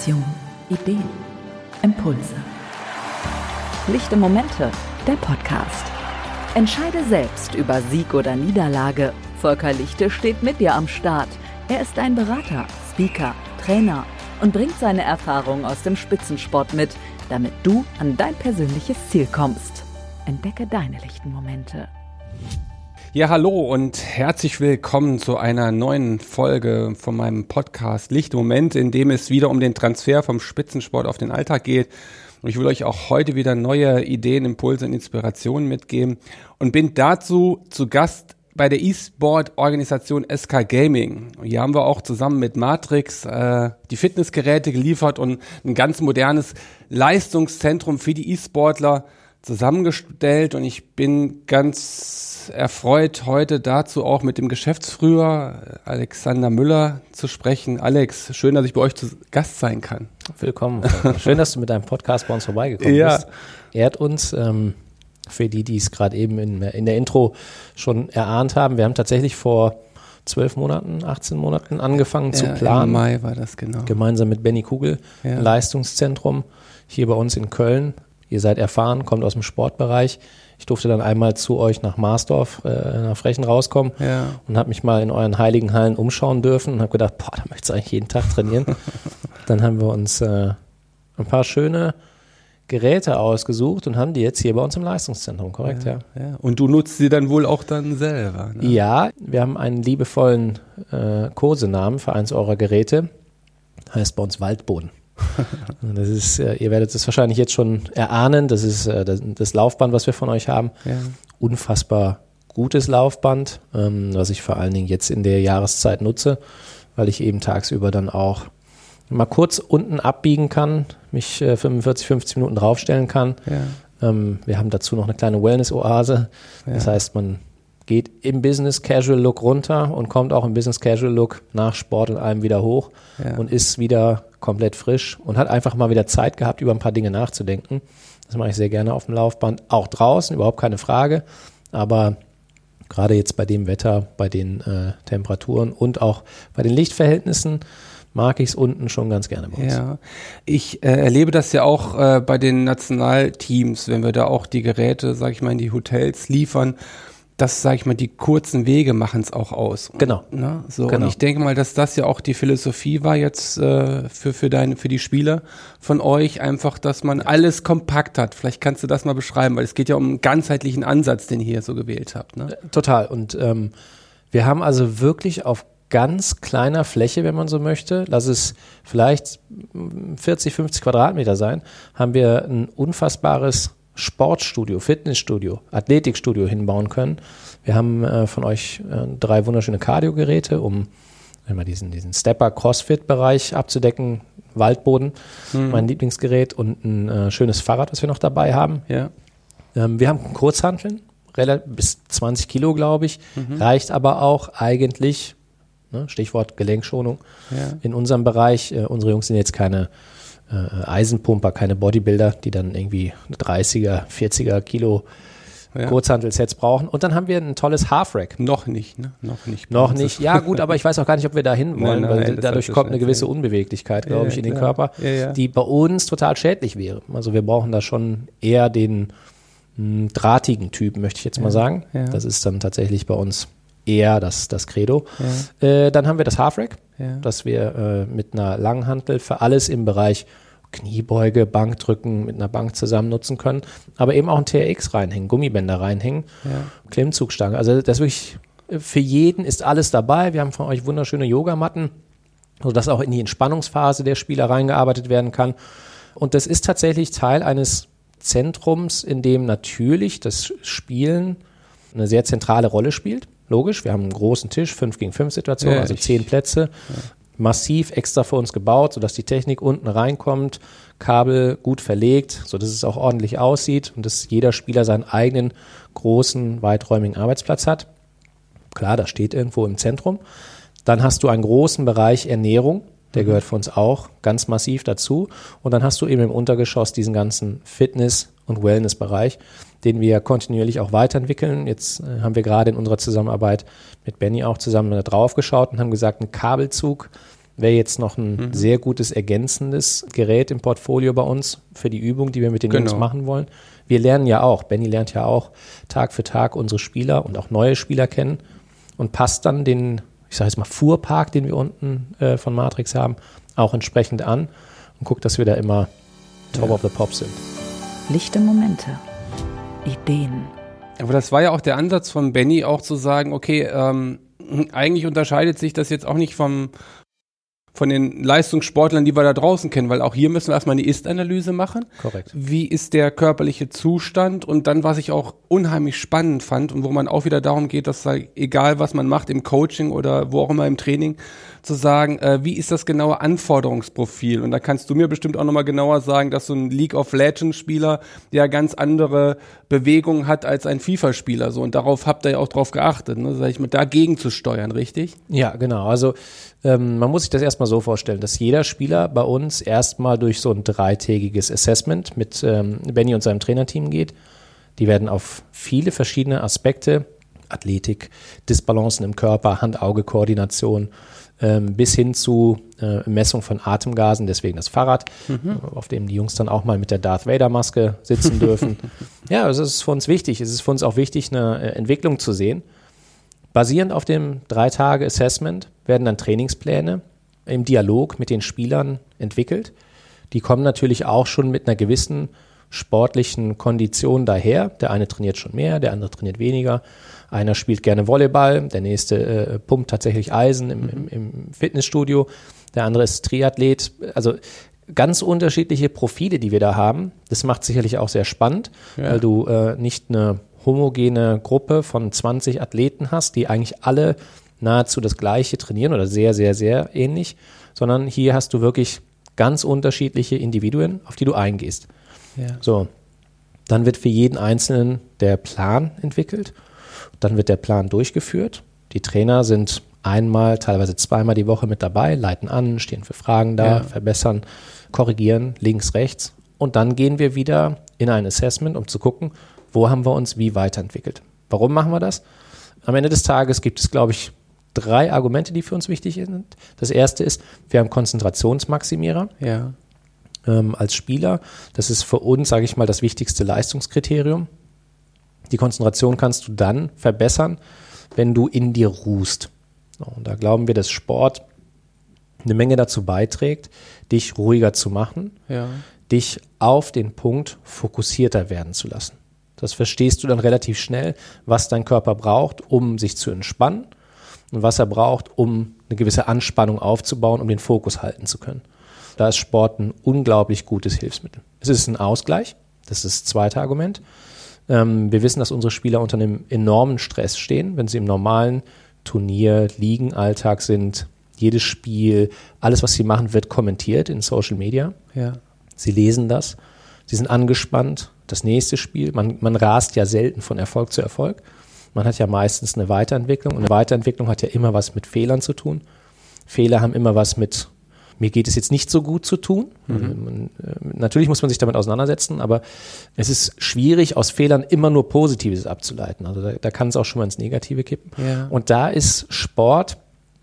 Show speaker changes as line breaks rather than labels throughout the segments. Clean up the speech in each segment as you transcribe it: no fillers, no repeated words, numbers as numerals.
Inspiration, Ideen, Impulse. Lichte Momente, der Podcast. Entscheide selbst über Sieg oder Niederlage. Volker Lichte steht mit dir am Start. Er ist ein Berater, Speaker, Trainer und bringt seine Erfahrungen aus dem Spitzensport mit, damit du an dein persönliches Ziel kommst. Entdecke deine lichten Momente.
Ja, hallo und herzlich willkommen zu einer neuen Folge von meinem Podcast Lichte Momente, in dem es wieder um den Transfer vom Spitzensport auf den Alltag geht. Und ich will euch auch heute wieder neue Ideen, Impulse und Inspirationen mitgeben und bin dazu zu Gast bei der E-Sport-Organisation SK Gaming. Hier haben wir auch zusammen mit Matrix die Fitnessgeräte geliefert und ein ganz modernes Leistungszentrum für die E-Sportler zusammengestellt. Und ich bin ganz erfreut, heute dazu auch mit dem Geschäftsführer Alexander Müller zu sprechen. Alex, schön, dass ich bei euch zu Gast sein kann.
Willkommen. Schön, dass du mit deinem Podcast bei uns vorbeigekommen bist. Ehrt uns. Für die es gerade eben in der Intro schon erahnt haben. Wir haben tatsächlich vor 12 Monaten, 18 Monaten angefangen zu planen.
Im Mai war das, genau.
Gemeinsam mit Benny Kugel, ein Leistungszentrum hier bei uns in Köln. Ihr seid erfahren, kommt aus dem Sportbereich. Ich durfte dann einmal zu euch nach Marsdorf, nach Frechen rauskommen und habe mich mal in euren heiligen Hallen umschauen dürfen und habe gedacht, da möchtest du eigentlich jeden Tag trainieren. Dann haben wir uns ein paar schöne Geräte ausgesucht und haben die jetzt hier bei uns im Leistungszentrum, korrekt, ja.
Und du nutzt sie dann wohl auch dann selber, ne?
Ja, wir haben einen liebevollen Kosenamen für eins eurer Geräte, heißt bei uns Waldboden. Das ist, ihr werdet es wahrscheinlich jetzt schon erahnen, das ist das Laufband, was wir von euch haben. Ja. Unfassbar gutes Laufband, was ich vor allen Dingen jetzt in der Jahreszeit nutze, weil ich eben tagsüber dann auch mal kurz unten abbiegen kann, mich 45, 50 Minuten draufstellen kann. Ja. Wir haben dazu noch eine kleine Wellness-Oase. Das heißt, man geht im Business-Casual-Look runter und kommt auch im Business-Casual-Look nach Sport und allem wieder hoch und ist wieder komplett frisch und hat einfach mal wieder Zeit gehabt, über ein paar Dinge nachzudenken. Das mache ich sehr gerne auf dem Laufband. Auch draußen, überhaupt keine Frage. Aber gerade jetzt bei dem Wetter, bei den Temperaturen und auch bei den Lichtverhältnissen mag ich es unten schon ganz gerne bei uns.
Ja, ich erlebe das ja auch bei den Nationalteams, wenn wir da auch die Geräte, sag ich mal, in die Hotels liefern, dass, sag ich mal, die kurzen Wege machen es auch aus.
Genau.
Ne? So,
genau.
Und ich denke mal, dass das ja auch die Philosophie war jetzt für die Spieler von euch, einfach, dass man alles kompakt hat. Vielleicht kannst du das mal beschreiben, weil es geht ja um einen ganzheitlichen Ansatz, den ihr hier so gewählt habt. Ne?
Total. Und wir haben also wirklich auf ganz kleiner Fläche, wenn man so möchte, lass es vielleicht 40, 50 Quadratmeter sein, haben wir ein unfassbares Sportstudio, Fitnessstudio, Athletikstudio hinbauen können. Wir haben von euch 3 wunderschöne Cardio-Geräte, um immer diesen Stepper-Crossfit-Bereich abzudecken, Waldboden, mein Lieblingsgerät und ein schönes Fahrrad, was wir noch dabei haben. Ja. Wir haben Kurzhanteln, bis 20 Kilo, glaube ich, reicht aber auch eigentlich, Stichwort Gelenkschonung, in unserem Bereich. Unsere Jungs sind jetzt keine Eisenpumper, keine Bodybuilder, die dann irgendwie 30er, 40er Kilo Kurzhantel-Sets brauchen. Und dann haben wir ein tolles Half-Rack.
Noch nicht, ne?
Noch nicht. Ja gut, aber ich weiß auch gar nicht, ob wir da hin wollen, weil dadurch kommt eine gewisse Unbeweglichkeit, glaube ich, in den Körper, die bei uns total schädlich wäre. Also wir brauchen da schon eher den drahtigen Typ, möchte ich jetzt mal sagen. Ja. Das ist dann tatsächlich bei uns eher das Credo. Ja. Dann haben wir das Half-Rack, das wir mit einer Langhantel für alles im Bereich Kniebeuge, Bankdrücken mit einer Bank zusammen nutzen können, aber eben auch ein TRX reinhängen, Gummibänder reinhängen, Klimmzugstange. Also das wirklich für jeden ist alles dabei. Wir haben von euch wunderschöne Yogamatten, sodass auch in die Entspannungsphase der Spieler reingearbeitet werden kann. Und das ist tatsächlich Teil eines Zentrums, in dem natürlich das Spielen eine sehr zentrale Rolle spielt. Logisch, wir haben einen großen Tisch, 5 gegen 5 Situationen, also 10 Plätze, massiv extra für uns gebaut, sodass die Technik unten reinkommt, Kabel gut verlegt, sodass es auch ordentlich aussieht und dass jeder Spieler seinen eigenen großen, weiträumigen Arbeitsplatz hat. Klar, das steht irgendwo im Zentrum. Dann hast du einen großen Bereich Ernährung, der gehört für uns auch ganz massiv dazu. Und dann hast du eben im Untergeschoss diesen ganzen Fitness- und Wellness-Bereich, den wir kontinuierlich auch weiterentwickeln. Jetzt haben wir gerade in unserer Zusammenarbeit mit Benny auch zusammen drauf geschaut und haben gesagt, ein Kabelzug wäre jetzt noch ein sehr gutes ergänzendes Gerät im Portfolio bei uns für die Übung, die wir mit den Jungs machen wollen. Wir lernen ja auch, Benny lernt ja auch Tag für Tag unsere Spieler und auch neue Spieler kennen und passt dann den, ich sage jetzt mal, Fuhrpark, den wir unten von Matrix haben, auch entsprechend an und guckt, dass wir da immer top of the pops sind.
Lichte Momente, Ideen.
Aber das war ja auch der Ansatz von Benny, auch zu sagen, okay, eigentlich unterscheidet sich das jetzt auch nicht von den Leistungssportlern, die wir da draußen kennen, weil auch hier müssen wir erstmal eine Ist-Analyse machen.
Korrekt.
Wie ist der körperliche Zustand? Und dann, was ich auch unheimlich spannend fand und wo man auch wieder darum geht, dass egal was man macht im Coaching oder wo auch immer im Training, zu sagen, wie ist das genaue Anforderungsprofil? Und da kannst du mir bestimmt auch nochmal genauer sagen, dass so ein League of Legends Spieler ja ganz andere Bewegungen hat als ein FIFA-Spieler. So, und darauf habt ihr ja auch drauf geachtet, ne? Sag ich mal, dagegen zu steuern, richtig?
Ja, genau. Also man muss sich das erstmal so vorstellen, dass jeder Spieler bei uns erstmal durch so ein 3-tägiges Assessment mit Benny und seinem Trainerteam geht. Die werden auf viele verschiedene Aspekte, Athletik, Disbalancen im Körper, Hand-Auge-Koordination, bis hin zu Messung von Atemgasen, deswegen das Fahrrad, auf dem die Jungs dann auch mal mit der Darth Vader-Maske sitzen dürfen. Ja, also es ist für uns wichtig. Es ist für uns auch wichtig, eine Entwicklung zu sehen. Basierend auf dem 3-Tage-Assessment werden dann Trainingspläne im Dialog mit den Spielern entwickelt. Die kommen natürlich auch schon mit einer gewissen sportlichen Kondition daher. Der eine trainiert schon mehr, der andere trainiert weniger. Einer spielt gerne Volleyball, der nächste pumpt tatsächlich Eisen im Fitnessstudio, der andere ist Triathlet. Also ganz unterschiedliche Profile, die wir da haben. Das macht sicherlich auch sehr spannend, weil du nicht eine homogene Gruppe von 20 Athleten hast, die eigentlich alle nahezu das Gleiche trainieren oder sehr, sehr, sehr ähnlich, sondern hier hast du wirklich ganz unterschiedliche Individuen, auf die du eingehst. Ja. So, dann wird für jeden Einzelnen der Plan entwickelt, dann wird der Plan durchgeführt. Die Trainer sind einmal, teilweise zweimal die Woche mit dabei, leiten an, stehen für Fragen da, verbessern, korrigieren, links, rechts. Und dann gehen wir wieder in ein Assessment, um zu gucken, wo haben wir uns wie weiterentwickelt. Warum machen wir das? Am Ende des Tages gibt es, glaube ich, 3 Argumente, die für uns wichtig sind. Das erste ist, wir haben Konzentrationsmaximierer als Spieler. Das ist für uns, sage ich mal, das wichtigste Leistungskriterium. Die Konzentration kannst du dann verbessern, wenn du in dir ruhst. Und da glauben wir, dass Sport eine Menge dazu beiträgt, dich ruhiger zu machen, dich auf den Punkt fokussierter werden zu lassen. Das verstehst du dann relativ schnell, was dein Körper braucht, um sich zu entspannen und was er braucht, um eine gewisse Anspannung aufzubauen, um den Fokus halten zu können. Da ist Sport ein unglaublich gutes Hilfsmittel. Es ist ein Ausgleich, das ist das zweite Argument. Wir wissen, dass unsere Spieler unter einem enormen Stress stehen, wenn sie im normalen Turnier, Ligenalltag sind. Jedes Spiel, alles, was sie machen, wird kommentiert in Social Media. Ja. Sie lesen das, sie sind angespannt. Das nächste Spiel, man rast ja selten von Erfolg zu Erfolg. Man hat ja meistens eine Weiterentwicklung und eine Weiterentwicklung hat ja immer was mit Fehlern zu tun. Fehler haben immer was mit, mir geht es jetzt nicht so gut zu tun. Natürlich muss man sich damit auseinandersetzen, aber es ist schwierig, aus Fehlern immer nur Positives abzuleiten. Also da kann es auch schon mal ins Negative kippen. Ja. Und da ist Sport,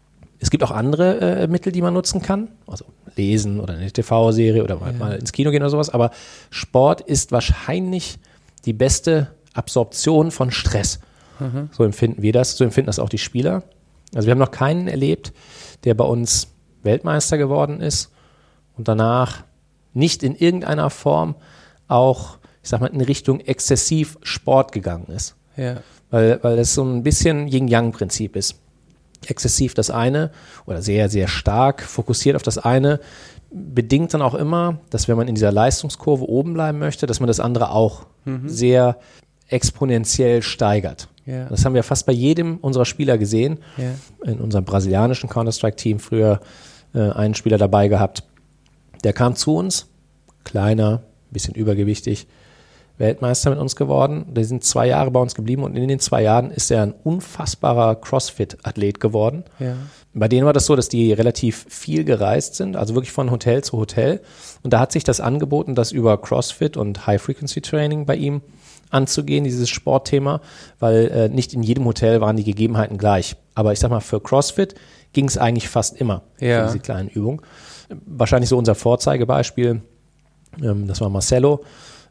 es gibt auch andere Mittel, die man nutzen kann, also lesen oder eine TV-Serie oder mal ins Kino gehen oder sowas, aber Sport ist wahrscheinlich die beste Absorption von Stress. So empfinden wir das, so empfinden das auch die Spieler. Also wir haben noch keinen erlebt, der bei uns Weltmeister geworden ist und danach nicht in irgendeiner Form auch, ich sag mal, in Richtung exzessiv Sport gegangen ist. Ja. Weil das so ein bisschen Yin-Yang-Prinzip ist. Exzessiv das eine oder sehr, sehr stark fokussiert auf das eine, bedingt dann auch immer, dass wenn man in dieser Leistungskurve oben bleiben möchte, dass man das andere auch sehr exponentiell steigert. Ja. Das haben wir fast bei jedem unserer Spieler gesehen. Ja. In unserem brasilianischen Counter-Strike-Team früher einen Spieler dabei gehabt, der kam zu uns, kleiner, ein bisschen übergewichtig, Weltmeister mit uns geworden. Die sind 2 Jahre bei uns geblieben und in den 2 Jahren ist er ein unfassbarer CrossFit-Athlet geworden. Ja. Bei denen war das so, dass die relativ viel gereist sind, also wirklich von Hotel zu Hotel. Und da hat sich das angeboten, das über CrossFit und High-Frequency-Training bei ihm anzugehen, dieses Sportthema, weil nicht in jedem Hotel waren die Gegebenheiten gleich. Aber ich sag mal, für CrossFit ging es eigentlich fast immer für diese kleinen Übungen. Wahrscheinlich so unser Vorzeigebeispiel, das war Marcelo,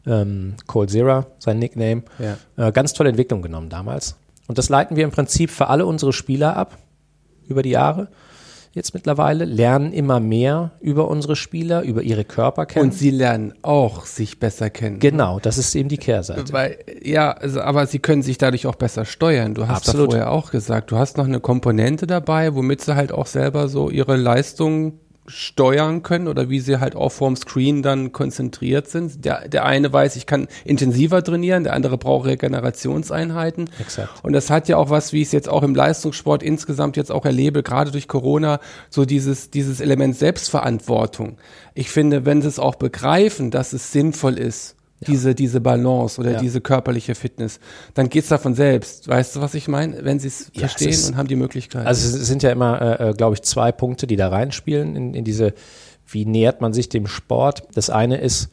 Coldzera, sein Nickname. Ganz tolle Entwicklung genommen damals. Und das leiten wir im Prinzip für alle unsere Spieler ab, über die Jahre. Jetzt mittlerweile, lernen immer mehr über unsere Spieler, über ihre Körper kennen.
Und sie lernen auch sich besser kennen.
Genau, das ist eben die Kehrseite.
Aber sie können sich dadurch auch besser steuern. Du hast da vorher auch gesagt, du hast noch eine Komponente dabei, womit sie halt auch selber so ihre Leistung steuern können oder wie sie halt auch vorm Screen dann konzentriert sind. Der eine weiß, ich kann intensiver trainieren, der andere braucht Regenerationseinheiten.
Exakt.
Und das hat ja auch was, wie ich es jetzt auch im Leistungssport insgesamt jetzt auch erlebe, gerade durch Corona, so dieses Element Selbstverantwortung. Ich finde, wenn sie es auch begreifen, dass es sinnvoll ist, diese Balance oder diese körperliche Fitness, dann geht's davon selbst. Weißt du, was ich meine? Wenn sie es verstehen und haben die Möglichkeit.
Also es sind ja immer, glaube ich, 2 Punkte, die da reinspielen in diese, wie nähert man sich dem Sport. Das eine ist,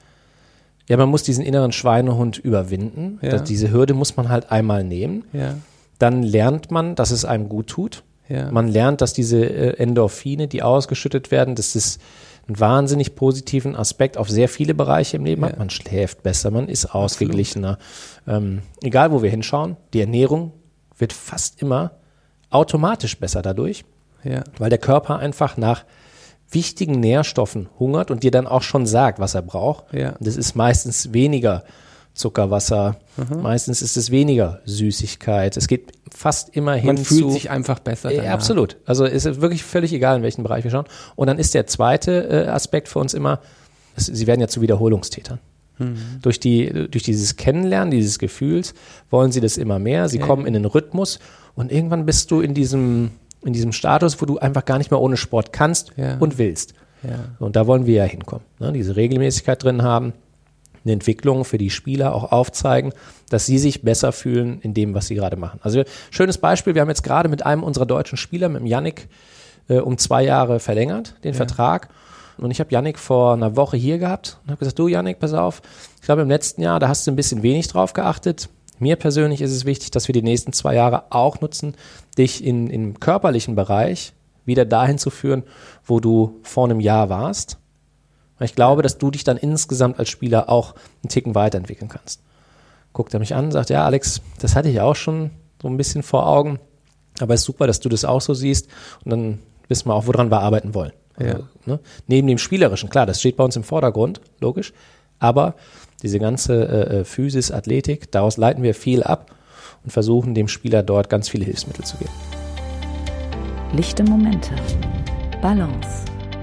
man muss diesen inneren Schweinehund überwinden. Diese Hürde muss man halt einmal nehmen. Dann lernt man, dass es einem gut tut. Man lernt, dass diese Endorphine, die ausgeschüttet werden, dass das einen wahnsinnig positiven Aspekt auf sehr viele Bereiche im Leben hat. Man schläft besser, man ist ausgeglichener. Egal, wo wir hinschauen, die Ernährung wird fast immer automatisch besser dadurch, weil der Körper einfach nach wichtigen Nährstoffen hungert und dir dann auch schon sagt, was er braucht. Und das ist meistens weniger Zuckerwasser, meistens ist es weniger Süßigkeit. Es geht fast immer hin
Man fühlt sich einfach besser danach.
Absolut. Also ist es wirklich völlig egal, in welchen Bereich wir schauen. Und dann ist der zweite Aspekt für uns immer, sie werden ja zu Wiederholungstätern. Durch dieses Kennenlernen, dieses Gefühls, wollen sie das immer mehr. Sie kommen in den Rhythmus und irgendwann bist du in diesem Status, wo du einfach gar nicht mehr ohne Sport kannst und willst. Und da wollen wir ja hinkommen. Ne? Diese Regelmäßigkeit drin haben, eine Entwicklung für die Spieler auch aufzeigen, dass sie sich besser fühlen in dem, was sie gerade machen. Also schönes Beispiel, wir haben jetzt gerade mit einem unserer deutschen Spieler, mit dem Yannick, um 2 Jahre verlängert, den Vertrag. Und ich habe Yannick vor einer Woche hier gehabt und habe gesagt, du Yannick, pass auf, ich glaube im letzten Jahr, da hast du ein bisschen wenig drauf geachtet. Mir persönlich ist es wichtig, dass wir die nächsten 2 Jahre auch nutzen, dich im körperlichen Bereich wieder dahin zu führen, wo du vor einem Jahr warst. Ich glaube, dass du dich dann insgesamt als Spieler auch einen Ticken weiterentwickeln kannst. Guckt er mich an und sagt, ja Alex, das hatte ich auch schon so ein bisschen vor Augen, aber es ist super, dass du das auch so siehst und dann wissen wir auch, woran wir arbeiten wollen. Also, neben dem Spielerischen, klar, das steht bei uns im Vordergrund, logisch, aber diese ganze Physis, Athletik, daraus leiten wir viel ab und versuchen dem Spieler dort ganz viele Hilfsmittel zu geben.
Lichte Momente. Balance.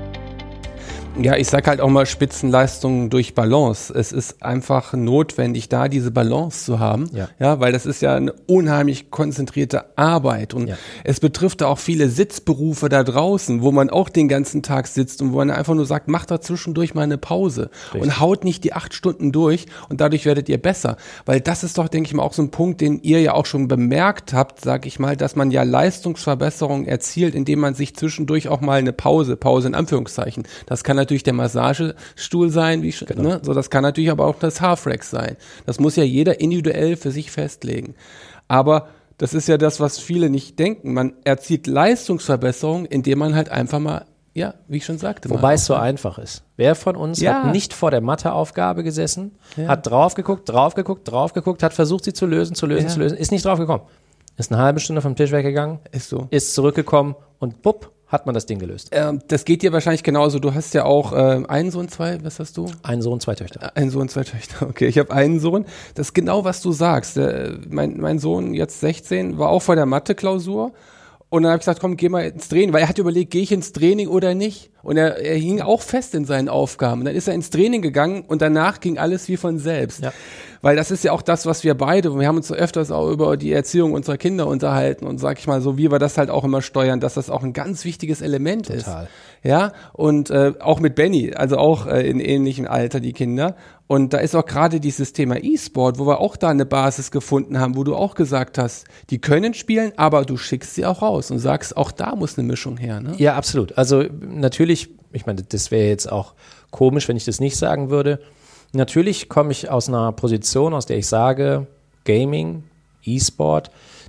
Ja, ich sag halt auch mal Spitzenleistungen durch Balance. Es ist einfach notwendig, da diese Balance zu haben, weil das ist ja eine unheimlich konzentrierte Arbeit und es betrifft auch viele Sitzberufe da draußen, wo man auch den ganzen Tag sitzt und wo man einfach nur sagt, macht da zwischendurch mal eine Pause und haut nicht die 8 Stunden durch und dadurch werdet ihr besser, weil das ist doch, denke ich mal, auch so ein Punkt, den ihr ja auch schon bemerkt habt, sag ich mal, dass man ja Leistungsverbesserungen erzielt, indem man sich zwischendurch auch mal eine Pause in Anführungszeichen, das kann natürlich der Massagestuhl sein, so, das kann natürlich aber auch das Half-Rack sein. Das muss ja jeder individuell für sich festlegen. Aber das ist ja das, was viele nicht denken. Man erzielt Leistungsverbesserungen, indem man halt einfach mal, wie ich schon sagte.
Wobei es so einfach ist. Wer von uns hat nicht vor der Matheaufgabe gesessen, hat drauf geguckt, hat versucht, sie zu lösen, ist nicht drauf gekommen. Ist eine halbe Stunde vom Tisch weggegangen, ist zurückgekommen und bupp, hat man das Ding gelöst.
Das geht dir wahrscheinlich genauso. Du hast ja auch einen Sohn, 2, was hast du?
Einen Sohn, 2 Töchter.
Einen Sohn, 2 Töchter. Okay, ich habe einen Sohn. Das ist genau, was du sagst. Mein Sohn, jetzt 16, war auch vor der Mathe-Klausur. Und dann habe ich gesagt, komm, geh mal ins Training. Weil er hat überlegt, gehe ich ins Training oder nicht? Und er hing auch fest in seinen Aufgaben. Und dann ist er ins Training gegangen und danach ging alles wie von selbst. Ja. Weil das ist ja auch das, was wir haben uns so öfters auch über die Erziehung unserer Kinder unterhalten und sag ich mal so, wie wir das halt auch immer steuern, dass das auch ein ganz wichtiges Element ist. Ja, und auch mit Benny, also auch in ähnlichem Alter die Kinder. Und da ist auch gerade dieses Thema E-Sport, wo wir auch da eine Basis gefunden haben, wo du auch gesagt hast, die können spielen, aber du schickst sie auch raus und sagst, auch da muss eine Mischung her. Ne?
Ja, absolut. Also natürlich, ich meine, das wäre jetzt auch komisch, wenn ich das nicht sagen würde. Natürlich komme ich aus einer Position, aus der ich sage, Gaming, E-Sport,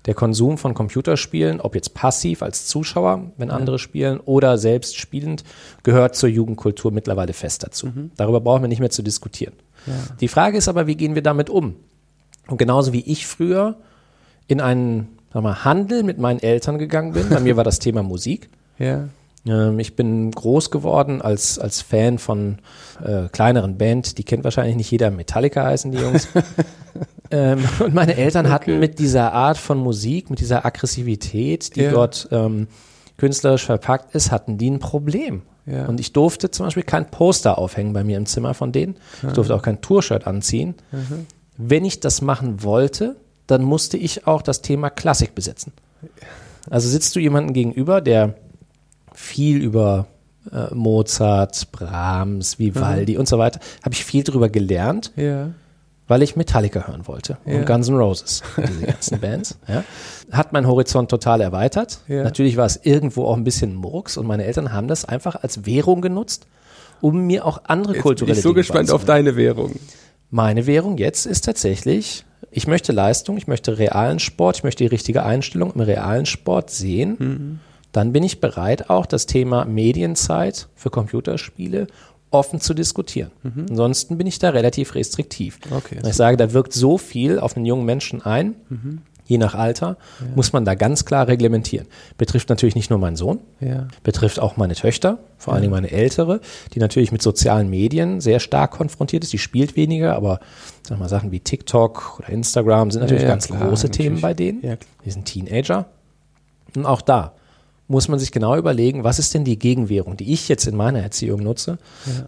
der Konsum von Computerspielen, ob jetzt passiv als Zuschauer, wenn andere spielen, oder selbst spielend, gehört zur Jugendkultur mittlerweile fest dazu. Darüber brauchen wir nicht mehr zu diskutieren. Ja. Die Frage ist aber, wie gehen wir damit um? Und genauso wie ich früher in einen Handel mit meinen Eltern gegangen bin, bei mir war das Thema Musik.
Ja.
Ich bin groß geworden als Fan von kleineren Band, die kennt wahrscheinlich nicht jeder, Metallica heißen die Jungs. Und meine Eltern hatten mit dieser Art von Musik, mit dieser Aggressivität, die dort künstlerisch verpackt ist, hatten die ein Problem. Ja. Und ich durfte zum Beispiel kein Poster aufhängen bei mir im Zimmer von denen. Ich durfte auch kein Tour-Shirt anziehen. Wenn ich das machen wollte, dann musste ich auch das Thema Klassik besetzen. Also sitzt du jemanden gegenüber, der viel über Mozart, Brahms, Vivaldi und so weiter, habe ich viel drüber gelernt, weil ich Metallica hören wollte und Guns N' Roses, diese ganzen Bands. Ja. Hat meinen Horizont total erweitert. Ja. Natürlich war es irgendwo auch ein bisschen Murks und meine Eltern haben das einfach als Währung genutzt, um mir auch andere kulturelle Dinge
Dinge Ich bin so gespannt auf deine Währung.
Meine Währung jetzt ist tatsächlich, ich möchte Leistung, ich möchte realen Sport, ich möchte die richtige Einstellung im realen Sport sehen. Dann bin ich bereit, auch das Thema Medienzeit für Computerspiele offen zu diskutieren. Ansonsten bin ich da relativ restriktiv.
Okay,
ich sage, da wirkt so viel auf einen jungen Menschen ein, je nach Alter, muss man da ganz klar reglementieren. Betrifft natürlich nicht nur meinen Sohn, betrifft auch meine Töchter, vor allen Dingen meine Ältere, die natürlich mit sozialen Medien sehr stark konfrontiert ist. Die spielt weniger, aber sag mal, Sachen wie TikTok oder Instagram sind natürlich ganz große Themen bei denen. Ja. Die sind Teenager. Und auch da muss man sich genau überlegen, was ist denn die Gegenwährung, die ich jetzt in meiner Erziehung nutze.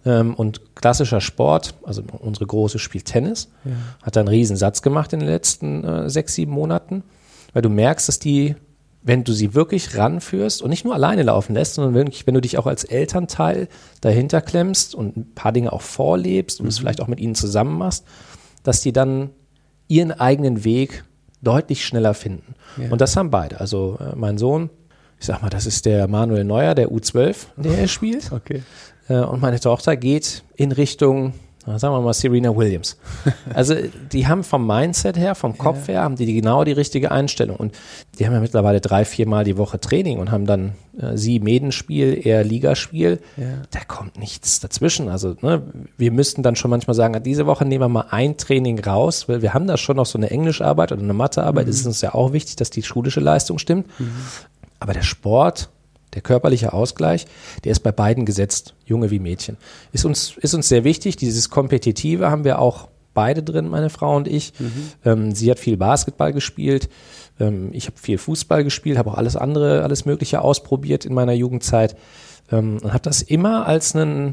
Und klassischer Sport, also unsere Große spielt Tennis, hat da einen riesen Satz gemacht in den letzten 6, 7 Monaten, weil du merkst, dass die, wenn du sie wirklich ranführst und nicht nur alleine laufen lässt, sondern wirklich, wenn du dich auch als Elternteil dahinter klemmst und ein paar Dinge auch vorlebst und es vielleicht auch mit ihnen zusammen machst, dass die dann ihren eigenen Weg deutlich schneller finden. Und das haben beide. Also mein Sohn, ich sag mal, das ist der Manuel Neuer, der U12, der er spielt.
Okay.
Und meine Tochter geht in Richtung, sagen wir mal, Serena Williams. Also die haben vom Mindset her, vom Kopf her, haben die genau die richtige Einstellung. Und die haben ja mittlerweile 3, 4 Mal die Woche Training und haben dann sie Medenspiel, er Ligaspiel. Da kommt nichts dazwischen. Also wir müssten dann schon manchmal sagen, diese Woche nehmen wir mal ein Training raus, weil wir haben da schon noch so eine Englischarbeit oder eine Mathearbeit. Es ist uns ja auch wichtig, dass die schulische Leistung stimmt. Aber der Sport, der körperliche Ausgleich, der ist bei beiden gesetzt, Junge wie Mädchen. Ist uns sehr wichtig. Dieses Kompetitive haben wir auch beide drin, meine Frau und ich. Sie hat viel Basketball gespielt. Ich habe viel Fußball gespielt, habe auch alles Mögliche ausprobiert in meiner Jugendzeit. Und habe das immer als ein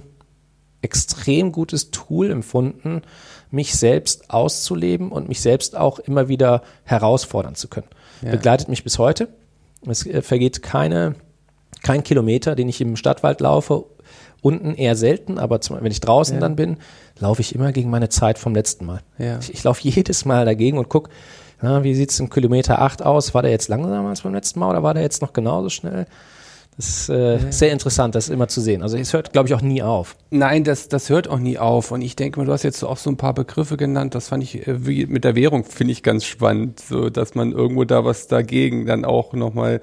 extrem gutes Tool empfunden, mich selbst auszuleben und mich selbst auch immer wieder herausfordern zu können. Begleitet mich bis heute. Es vergeht kein Kilometer, den ich im Stadtwald laufe, unten eher selten, aber wenn ich draußen dann bin, laufe ich immer gegen meine Zeit vom letzten Mal. Ich laufe jedes Mal dagegen und gucke, wie sieht es im Kilometer 8 aus? War der jetzt langsamer als beim letzten Mal oder war der jetzt noch genauso schnell? Das ist sehr interessant, das immer zu sehen. Also es hört, glaube ich, auch nie auf.
Nein, das hört auch nie auf. Und ich denke mal, du hast jetzt auch so ein paar Begriffe genannt. Das fand ich, wie mit der Währung, finde ich ganz spannend, so dass man irgendwo da was dagegen dann auch nochmal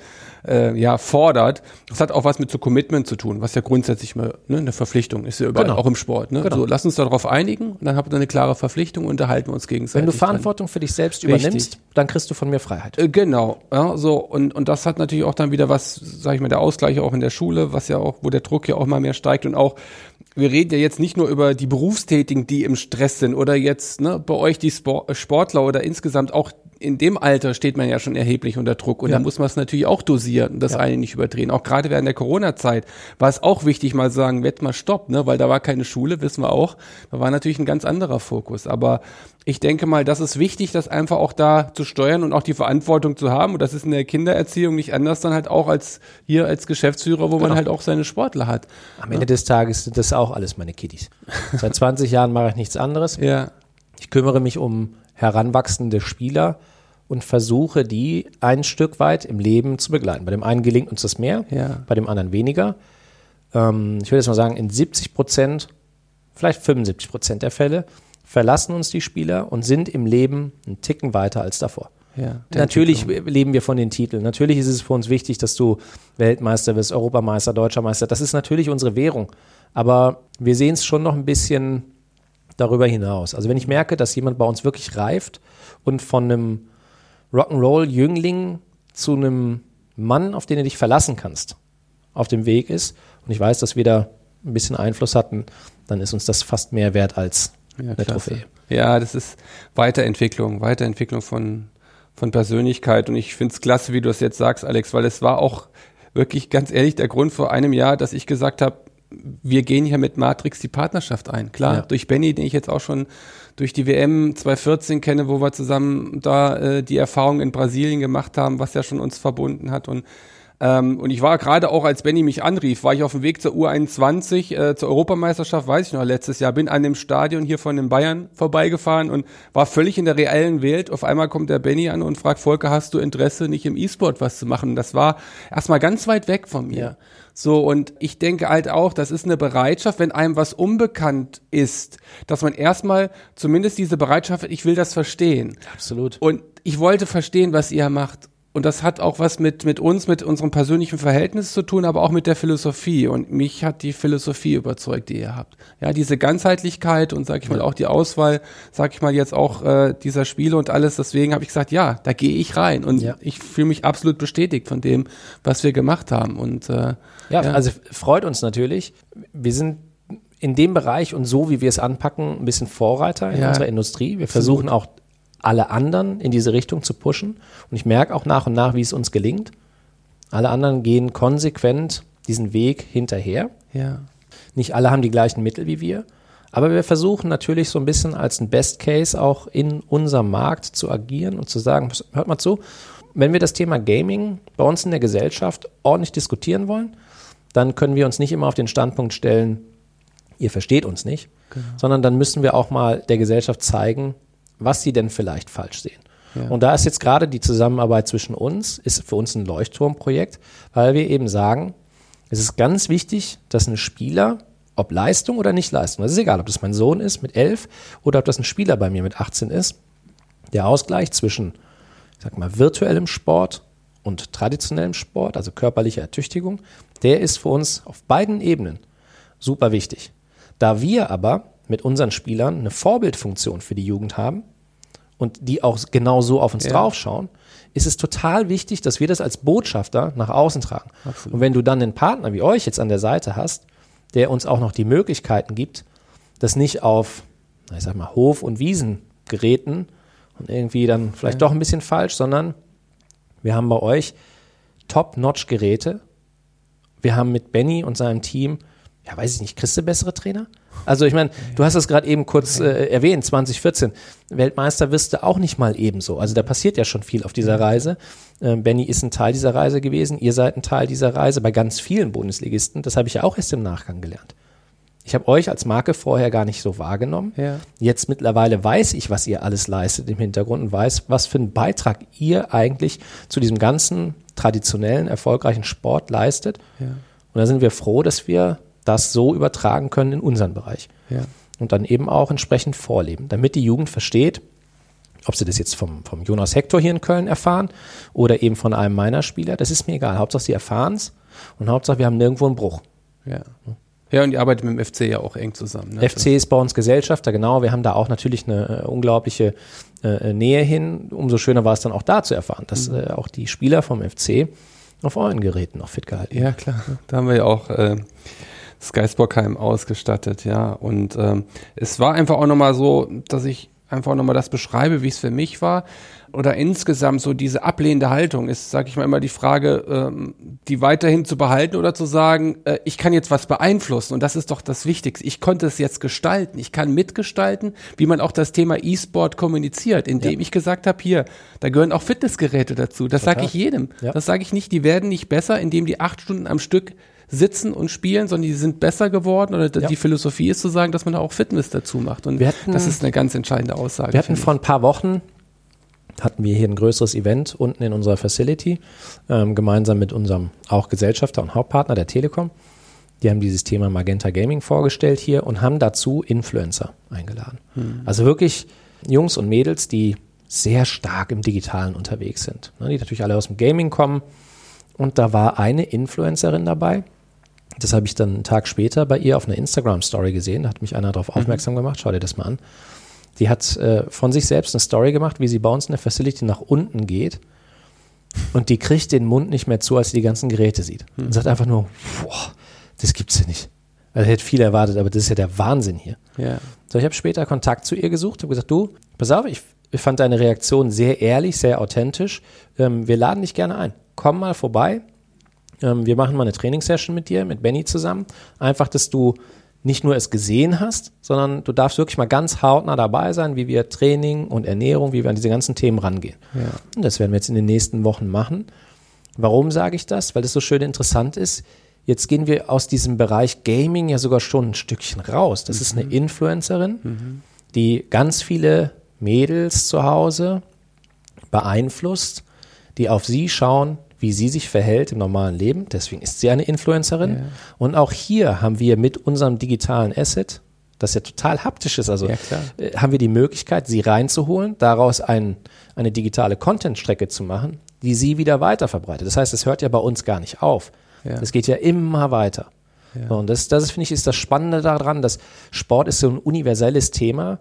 fordert. Das hat auch was mit so Commitment zu tun, was ja grundsätzlich mal eine Verpflichtung ist, ja überall, auch im Sport. Ne? So, lass uns darauf einigen und dann habt ihr eine klare Verpflichtung und unterhalten wir uns gegenseitig.
Wenn du Verantwortung für dich selbst übernimmst, dann kriegst du von mir Freiheit.
Genau, ja, so und das hat natürlich auch dann wieder was, sag ich mal, der Ausgleich auch in der Schule, was ja auch, wo der Druck ja auch mal mehr steigt und auch, wir reden ja jetzt nicht nur über die Berufstätigen, die im Stress sind oder jetzt bei euch die Sportler oder insgesamt auch in dem Alter steht man ja schon erheblich unter Druck und da muss man es natürlich auch dosieren und das eine nicht überdrehen. Auch gerade während der Corona-Zeit war es auch wichtig, mal sagen, jetzt mal Stopp, weil da war keine Schule, wissen wir auch. Da war natürlich ein ganz anderer Fokus. Aber ich denke mal, das ist wichtig, das einfach auch da zu steuern und auch die Verantwortung zu haben. Und das ist in der Kindererziehung nicht anders dann halt auch als hier als Geschäftsführer, wo man halt auch seine Sportler hat.
Am Ende des Tages sind das auch alles meine Kiddies. Seit 20 Jahren mache ich nichts anderes. Ich kümmere mich um heranwachsende Spieler und versuche, die ein Stück weit im Leben zu begleiten. Bei dem einen gelingt uns das mehr, bei dem anderen weniger. Ich würde jetzt mal sagen, in 70%, vielleicht 75% der Fälle verlassen uns die Spieler und sind im Leben einen Ticken weiter als davor.
Ja,
natürlich leben wir von den Titeln. Natürlich ist es für uns wichtig, dass du Weltmeister wirst, Europameister, Deutscher Meister. Das ist natürlich unsere Währung. Aber wir sehen es schon noch ein bisschen darüber hinaus. Also wenn ich merke, dass jemand bei uns wirklich reift und von einem Rock'n'Roll-Jüngling zu einem Mann, auf den du dich verlassen kannst, auf dem Weg ist, und ich weiß, dass wir da ein bisschen Einfluss hatten, dann ist uns das fast mehr wert als eine Trophäe.
Ja, das ist Weiterentwicklung von Persönlichkeit, und ich finde es klasse, wie du es jetzt sagst, Alex, weil es war auch wirklich ganz ehrlich der Grund vor einem Jahr, dass ich gesagt habe, wir gehen hier mit Matrix die Partnerschaft ein. Klar, durch Benny, den ich jetzt auch schon durch die WM 2014 kenne, wo wir zusammen da die Erfahrung in Brasilien gemacht haben, was ja schon uns verbunden hat, und ich war gerade auch, als Benny mich anrief, war ich auf dem Weg zur U21, zur Europameisterschaft, weiß ich noch, letztes Jahr, bin an dem Stadion hier von den Bayern vorbeigefahren und war völlig in der reellen Welt. Auf einmal kommt der Benny an und fragt, Volker, hast du Interesse, nicht im E-Sport was zu machen? Das war erstmal ganz weit weg von mir. Ja. So, und ich denke halt auch, das ist eine Bereitschaft, wenn einem was unbekannt ist, dass man erstmal zumindest diese Bereitschaft hat, ich will das verstehen.
Absolut.
Und ich wollte verstehen, was ihr macht. Und das hat auch was mit uns, mit unserem persönlichen Verhältnis zu tun, aber auch mit der Philosophie. Und mich hat die Philosophie überzeugt, die ihr habt. Ja, diese Ganzheitlichkeit und, sag ich mal, auch die Auswahl, sag ich mal, jetzt auch dieser Spiele und alles. Deswegen habe ich gesagt, ja, da gehe ich rein. Und ich fühle mich absolut bestätigt von dem, was wir gemacht haben. Und
also freut uns natürlich. Wir sind in dem Bereich und so, wie wir es anpacken, ein bisschen Vorreiter in unserer Industrie. Wir versuchen auch alle anderen in diese Richtung zu pushen. Und ich merke auch nach und nach, wie es uns gelingt. Alle anderen gehen konsequent diesen Weg hinterher.
Ja.
Nicht alle haben die gleichen Mittel wie wir. Aber wir versuchen natürlich so ein bisschen als ein Best Case auch in unserem Markt zu agieren und zu sagen, hört mal zu, wenn wir das Thema Gaming bei uns in der Gesellschaft ordentlich diskutieren wollen, dann können wir uns nicht immer auf den Standpunkt stellen, ihr versteht uns nicht, sondern dann müssen wir auch mal der Gesellschaft zeigen, was sie denn vielleicht falsch sehen. Ja. Und da ist jetzt gerade die Zusammenarbeit zwischen uns, ist für uns ein Leuchtturmprojekt, weil wir eben sagen, es ist ganz wichtig, dass ein Spieler, ob Leistung oder nicht Leistung, das ist egal, ob das mein Sohn ist mit 11 oder ob das ein Spieler bei mir mit 18 ist, der Ausgleich zwischen, ich sag mal, virtuellem Sport und traditionellem Sport, also körperlicher Ertüchtigung, der ist für uns auf beiden Ebenen super wichtig. Da wir aber mit unseren Spielern eine Vorbildfunktion für die Jugend haben und die auch genau so auf uns draufschauen, ist es total wichtig, dass wir das als Botschafter nach außen tragen. Absolut. Und wenn du dann einen Partner wie euch jetzt an der Seite hast, der uns auch noch die Möglichkeiten gibt, das nicht auf, ich sag mal, Hof- und Wiesengeräten und irgendwie dann vielleicht doch ein bisschen falsch, sondern wir haben bei euch Top-Notch-Geräte. Wir haben mit Benny und seinem Team, weiß ich nicht, kriegst du bessere Trainer? Also ich meine, du hast es gerade eben kurz erwähnt, 2014, Weltmeister wirst du auch nicht mal ebenso. Also da passiert ja schon viel auf dieser Reise. Benny ist ein Teil dieser Reise gewesen, ihr seid ein Teil dieser Reise bei ganz vielen Bundesligisten. Das habe ich ja auch erst im Nachgang gelernt. Ich habe euch als Marke vorher gar nicht so wahrgenommen. Ja. Jetzt mittlerweile weiß ich, was ihr alles leistet im Hintergrund und weiß, was für einen Beitrag ihr eigentlich zu diesem ganzen traditionellen, erfolgreichen Sport leistet. Ja. Und da sind wir froh, dass wir das so übertragen können in unseren Bereich. Ja. Und dann eben auch entsprechend vorleben, damit die Jugend versteht, ob sie das jetzt vom Jonas Hector hier in Köln erfahren oder eben von einem meiner Spieler, das ist mir egal. Hauptsache, sie erfahren es und Hauptsache, wir haben nirgendwo einen Bruch.
Ja, und ihr arbeitet mit dem FC ja auch eng zusammen. Ne?
FC ist bei uns Gesellschafter, genau. Wir haben da auch natürlich eine unglaubliche Nähe hin. Umso schöner war es dann auch da zu erfahren, dass auch die Spieler vom FC auf euren Geräten noch fit gehalten werden.
Ja, klar. Da haben wir ja auch Sky Sportheim ausgestattet, ja. Und es war einfach auch nochmal so, dass ich einfach nochmal das beschreibe, wie es für mich war. Oder insgesamt so diese ablehnende Haltung ist, sage ich mal immer, die Frage, die weiterhin zu behalten oder zu sagen, ich kann jetzt was beeinflussen. Und das ist doch das Wichtigste. Ich konnte es jetzt gestalten. Ich kann mitgestalten, wie man auch das Thema E-Sport kommuniziert, indem ich gesagt habe, hier, da gehören auch Fitnessgeräte dazu. Das sage ich jedem. Ja. Das sage ich nicht, die werden nicht besser, indem die 8 Stunden am Stück sitzen und spielen, sondern die sind besser geworden oder die Philosophie ist zu sagen, dass man da auch Fitness dazu macht. Und das ist eine ganz entscheidende Aussage.
Wir hatten vor ein paar Wochen, hatten wir hier ein größeres Event unten in unserer Facility, gemeinsam mit unserem auch Gesellschafter und Hauptpartner der Telekom. Die haben dieses Thema Magenta Gaming vorgestellt hier und haben dazu Influencer eingeladen. Also wirklich Jungs und Mädels, die sehr stark im Digitalen unterwegs sind, ne, die natürlich alle aus dem Gaming kommen. Und da war eine Influencerin dabei, das habe ich dann einen Tag später bei ihr auf einer Instagram-Story gesehen, da hat mich einer darauf aufmerksam gemacht, schau dir das mal an. Die hat von sich selbst eine Story gemacht, wie sie bei uns in der Facility nach unten geht und die kriegt den Mund nicht mehr zu, als sie die ganzen Geräte sieht. Und sagt einfach nur, boah, das gibt's ja nicht. Also hätte viel erwartet, aber das ist ja der Wahnsinn hier.
Ja.
So, ich habe später Kontakt zu ihr gesucht, habe gesagt, du, pass auf, ich fand deine Reaktion sehr ehrlich, sehr authentisch. Wir laden dich gerne ein. Komm mal vorbei. Wir machen mal eine Trainingssession mit dir, mit Benny zusammen. Einfach, dass du nicht nur es gesehen hast, sondern du darfst wirklich mal ganz hautnah dabei sein, wie wir Training und Ernährung, wie wir an diese ganzen Themen rangehen. Ja. Und das werden wir jetzt in den nächsten Wochen machen. Warum sage ich das? Weil das so schön interessant ist. Jetzt gehen wir aus diesem Bereich Gaming ja sogar schon ein Stückchen raus. Das ist eine Influencerin, die ganz viele Mädels zu Hause beeinflusst, die auf sie schauen, wie sie sich verhält im normalen Leben. Deswegen ist sie eine Influencerin. Ja. Und auch hier haben wir mit unserem digitalen Asset, das ja total haptisch ist, also haben wir die Möglichkeit, sie reinzuholen, daraus eine digitale Content-Strecke zu machen, die sie wieder weiter verbreitet. Das heißt, es hört ja bei uns gar nicht auf. Ja. Das geht ja immer weiter. Ja. Und das finde ich, ist das Spannende daran, dass Sport ist so ein universelles Thema.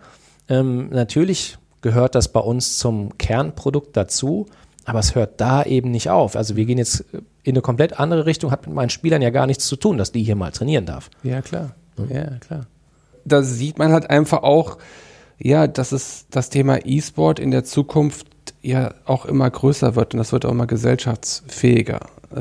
Natürlich gehört das bei uns zum Kernprodukt dazu, aber es hört da eben nicht auf. Also wir gehen jetzt in eine komplett andere Richtung, hat mit meinen Spielern ja gar nichts zu tun, dass die hier mal trainieren darf.
Ja, klar. Ja, klar. Da sieht man halt einfach auch, ja, dass es das Thema E-Sport in der Zukunft ja auch immer größer wird und das wird auch immer gesellschaftsfähiger.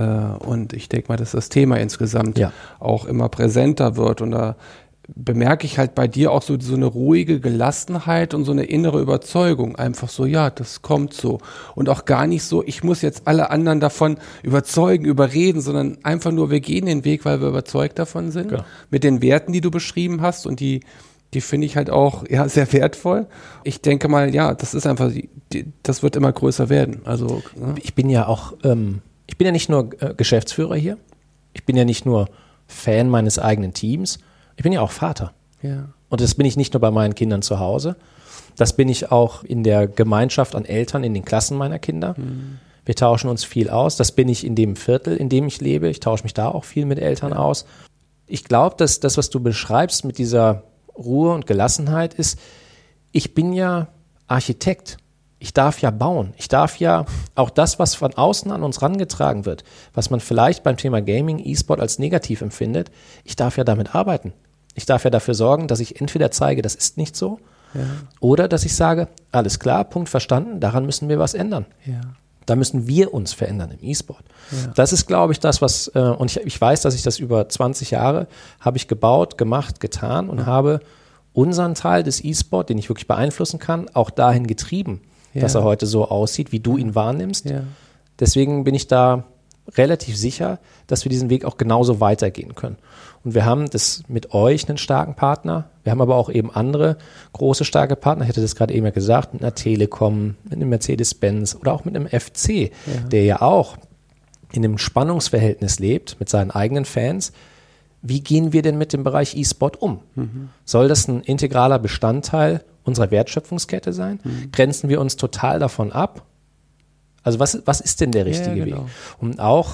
Und ich denke mal, dass das Thema insgesamt auch immer präsenter wird. Und da bemerke ich halt bei dir auch so eine ruhige Gelassenheit und so eine innere Überzeugung. Einfach so, ja, das kommt so. Und auch gar nicht so, ich muss jetzt alle anderen davon überzeugen, überreden, sondern einfach nur, wir gehen den Weg, weil wir überzeugt davon sind. Ja. Mit den Werten, die du beschrieben hast und die finde ich halt auch sehr wertvoll. Ich denke mal, ja, das ist einfach, das wird immer größer werden. Also
ich bin ja auch, ich bin ja nicht nur Geschäftsführer hier, ich bin ja nicht nur Fan meines eigenen Teams, ich bin ja auch Vater. Ja. Und das bin ich nicht nur bei meinen Kindern zu Hause, das bin ich auch in der Gemeinschaft an Eltern in den Klassen meiner Kinder. Wir tauschen uns viel aus, das bin ich in dem Viertel, in dem ich lebe, ich tausche mich da auch viel mit Eltern aus. Ich glaube, dass das, was du beschreibst mit dieser Ruhe und Gelassenheit ist, ich bin ja Architekt. Ich darf ja bauen. Ich darf ja auch das, was von außen an uns rangetragen wird, was man vielleicht beim Thema Gaming, E-Sport als negativ empfindet, ich darf ja damit arbeiten. Ich darf ja dafür sorgen, dass ich entweder zeige, das ist nicht so, oder dass ich sage, alles klar, Punkt verstanden, daran müssen wir was ändern. Ja. Da müssen wir uns verändern im E-Sport. Ja. Das ist, glaube ich, das, was, und ich weiß, dass ich das über 20 Jahre habe ich gebaut, gemacht, getan und habe unseren Teil des E-Sport, den ich wirklich beeinflussen kann, auch dahin getrieben, dass er heute so aussieht, wie du ihn wahrnimmst. Ja. Deswegen bin ich da relativ sicher, dass wir diesen Weg auch genauso weitergehen können. Und wir haben das mit euch einen starken Partner. Wir haben aber auch eben andere große, starke Partner. Ich hätte das gerade eben ja gesagt, mit einer Telekom, mit einem Mercedes-Benz oder auch mit einem FC, der ja auch in einem Spannungsverhältnis lebt mit seinen eigenen Fans. Wie gehen wir denn mit dem Bereich E-Sport um? Soll das ein integraler Bestandteil unserer Wertschöpfungskette sein? Grenzen wir uns total davon ab? Also was ist denn der richtige Weg? Und auch,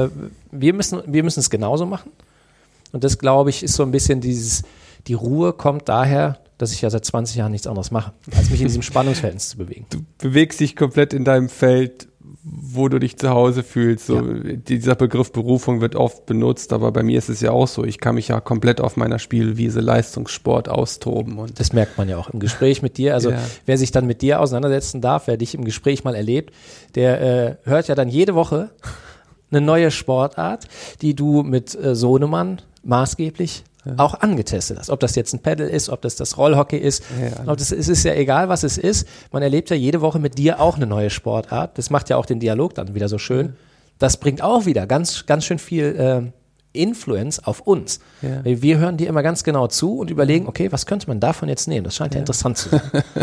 wir müssen es genauso machen. Und das, glaube ich, ist so ein bisschen die Ruhe kommt daher, dass ich ja seit 20 Jahren nichts anderes mache, als mich in diesem Spannungsverhältnis zu bewegen.
Du bewegst dich komplett in deinem Feld, wo du dich zu Hause fühlst. So, dieser Begriff Berufung wird oft benutzt, aber bei mir ist es ja auch so. Ich kann mich ja komplett auf meiner Spielwiese Leistungssport austoben. Und
das merkt man ja auch im Gespräch mit dir. Also wer sich dann mit dir auseinandersetzen darf, wer dich im Gespräch mal erlebt, der hört ja dann jede Woche eine neue Sportart, die du mit Sohnemann maßgeblich auch angetestet hast. Ob das jetzt ein Paddle ist, ob das Rollhockey ist, es ist ja egal, was es ist. Man erlebt ja jede Woche mit dir auch eine neue Sportart. Das macht ja auch den Dialog dann wieder so schön. Das bringt auch wieder ganz, ganz schön viel Influence auf uns. Ja. Wir hören dir immer ganz genau zu und überlegen, okay, was könnte man davon jetzt nehmen? Das scheint ja interessant zu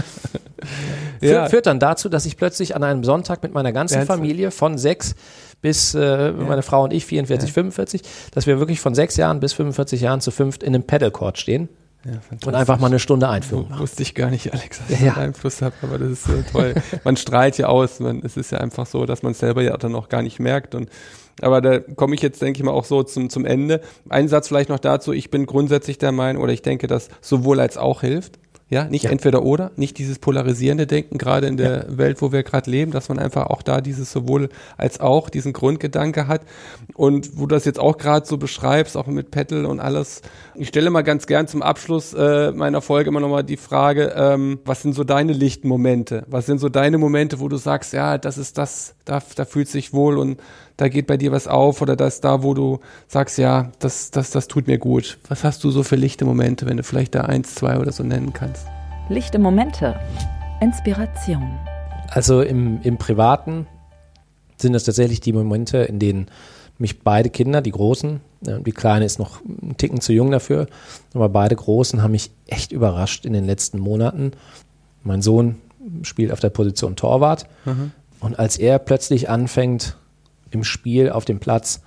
sein. Führt dann dazu, dass ich plötzlich an einem Sonntag mit meiner ganzen Familie von 6 bis meine Frau und ich 44, 45, dass wir wirklich von 6 Jahren bis 45 Jahren zu 5 in einem Paddlecourt stehen Ja, und einfach mal eine Stunde Einführung machen.
Wusste ich gar nicht, Alex, dass ich einen Einfluss habe, aber das ist so toll. Man strahlt ja aus, es ist ja einfach so, dass man es selber ja dann auch gar nicht merkt. Aber da komme ich jetzt, denke ich mal, auch so zum Ende. Ein Satz vielleicht noch dazu, ich bin grundsätzlich der Meinung, oder ich denke, dass sowohl als auch hilft. Ja, nicht entweder oder, nicht dieses polarisierende Denken, gerade in der Welt, wo wir gerade leben, dass man einfach auch da dieses sowohl als auch, diesen Grundgedanke hat. Und wo du das jetzt auch gerade so beschreibst, auch mit Paddle und alles. Ich stelle mal ganz gern zum Abschluss meiner Folge immer nochmal die Frage, was sind so deine lichten Momente? Was sind so deine Momente, wo du sagst, ja, das ist das, da fühlst du dich wohl und da geht bei dir was auf, oder das da, wo du sagst, ja, das tut mir gut. Was hast du so für lichte Momente, wenn du vielleicht da 1, 2 oder so nennen kannst?
Lichte Momente. Inspiration.
Also im Privaten sind das tatsächlich die Momente, in denen mich beide Kinder, die Großen, die Kleine ist noch einen Ticken zu jung dafür, aber beide Großen haben mich echt überrascht in den letzten Monaten. Mein Sohn spielt auf der Position Torwart und als er plötzlich anfängt, im Spiel auf dem Platz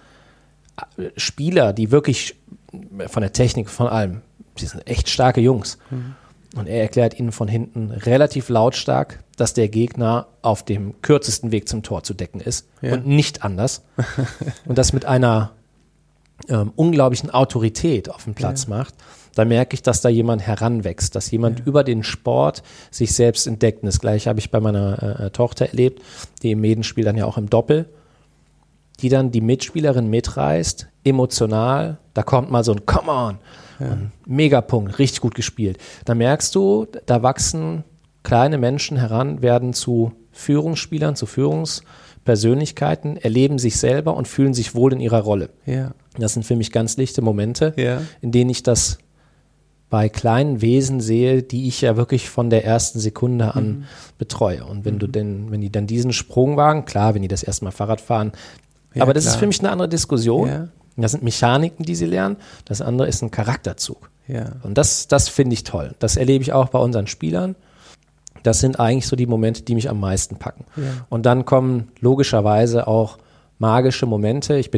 Spieler, die wirklich von der Technik, von allem, die sind echt starke Jungs. Und er erklärt ihnen von hinten relativ lautstark, dass der Gegner auf dem kürzesten Weg zum Tor zu decken ist und nicht anders. Und das mit einer unglaublichen Autorität auf dem Platz macht. Da merke ich, dass da jemand heranwächst, dass jemand über den Sport sich selbst entdeckt. Und das Gleiche habe ich bei meiner Tochter erlebt, die im Mäden spielt dann ja auch im Doppel, die dann die Mitspielerin mitreißt, emotional, da kommt mal so ein Come on, ein Megapunkt, richtig gut gespielt. Da merkst du, da wachsen kleine Menschen heran, werden zu Führungsspielern, zu Führungspersönlichkeiten, erleben sich selber und fühlen sich wohl in ihrer Rolle. Ja. Das sind für mich ganz lichte Momente, in denen ich das bei kleinen Wesen sehe, die ich ja wirklich von der ersten Sekunde an betreue. Und wenn die dann diesen Sprung wagen, klar, wenn die das erste Mal Fahrrad fahren, aber das ist für mich eine andere Diskussion. Ja. Das sind Mechaniken, die sie lernen. Das andere ist ein Charakterzug. Ja. Und das finde ich toll. Das erlebe ich auch bei unseren Spielern. Das sind eigentlich so die Momente, die mich am meisten packen. Ja. Und dann kommen logischerweise auch magische Momente. Ich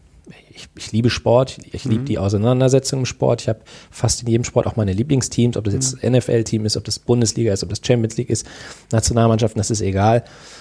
liebe Sport. Ich liebe die Auseinandersetzung im Sport. Ich habe fast in jedem Sport auch meine Lieblingsteams, ob das jetzt das NFL-Team ist, ob das Bundesliga ist, ob das Champions League ist, Nationalmannschaften, das ist egal.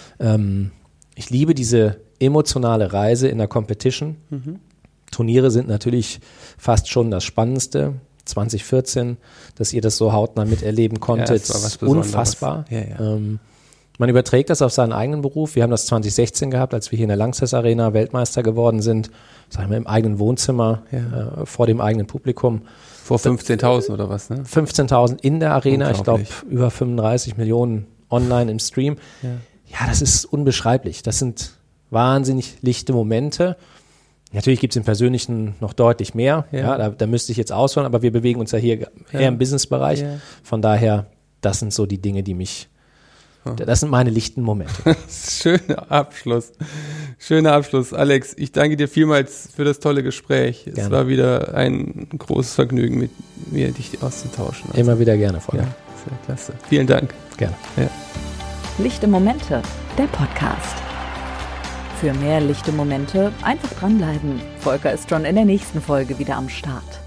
Ich liebe diese emotionale Reise in der Competition. Turniere sind natürlich fast schon das Spannendste. 2014, dass ihr das so hautnah miterleben konntet, ist unfassbar. Ja. Man überträgt das auf seinen eigenen Beruf. Wir haben das 2016 gehabt, als wir hier in der Lanxess Arena Weltmeister geworden sind, sagen wir im eigenen Wohnzimmer, vor dem eigenen Publikum.
Vor 15.000 oder was, ne?
15.000 in der Arena, ich glaube über 35 Millionen online im Stream. Ja, das ist unbeschreiblich. Das sind wahnsinnig lichte Momente. Natürlich gibt es im Persönlichen noch deutlich mehr. Ja, da müsste ich jetzt ausholen, aber wir bewegen uns ja hier eher im Businessbereich. Ja. Von daher, das sind so die Dinge, die mich, das sind meine lichten Momente.
Schöner Abschluss. Alex, ich danke dir vielmals für das tolle Gespräch. Gerne. Es war wieder ein großes Vergnügen, mit mir dich auszutauschen.
Also, immer wieder gerne, Volker.
Ja, sehr klasse. Vielen Dank.
Gerne.
Ja.
Lichte Momente, der Podcast. Für mehr lichte Momente einfach dranbleiben. Volker ist schon in der nächsten Folge wieder am Start.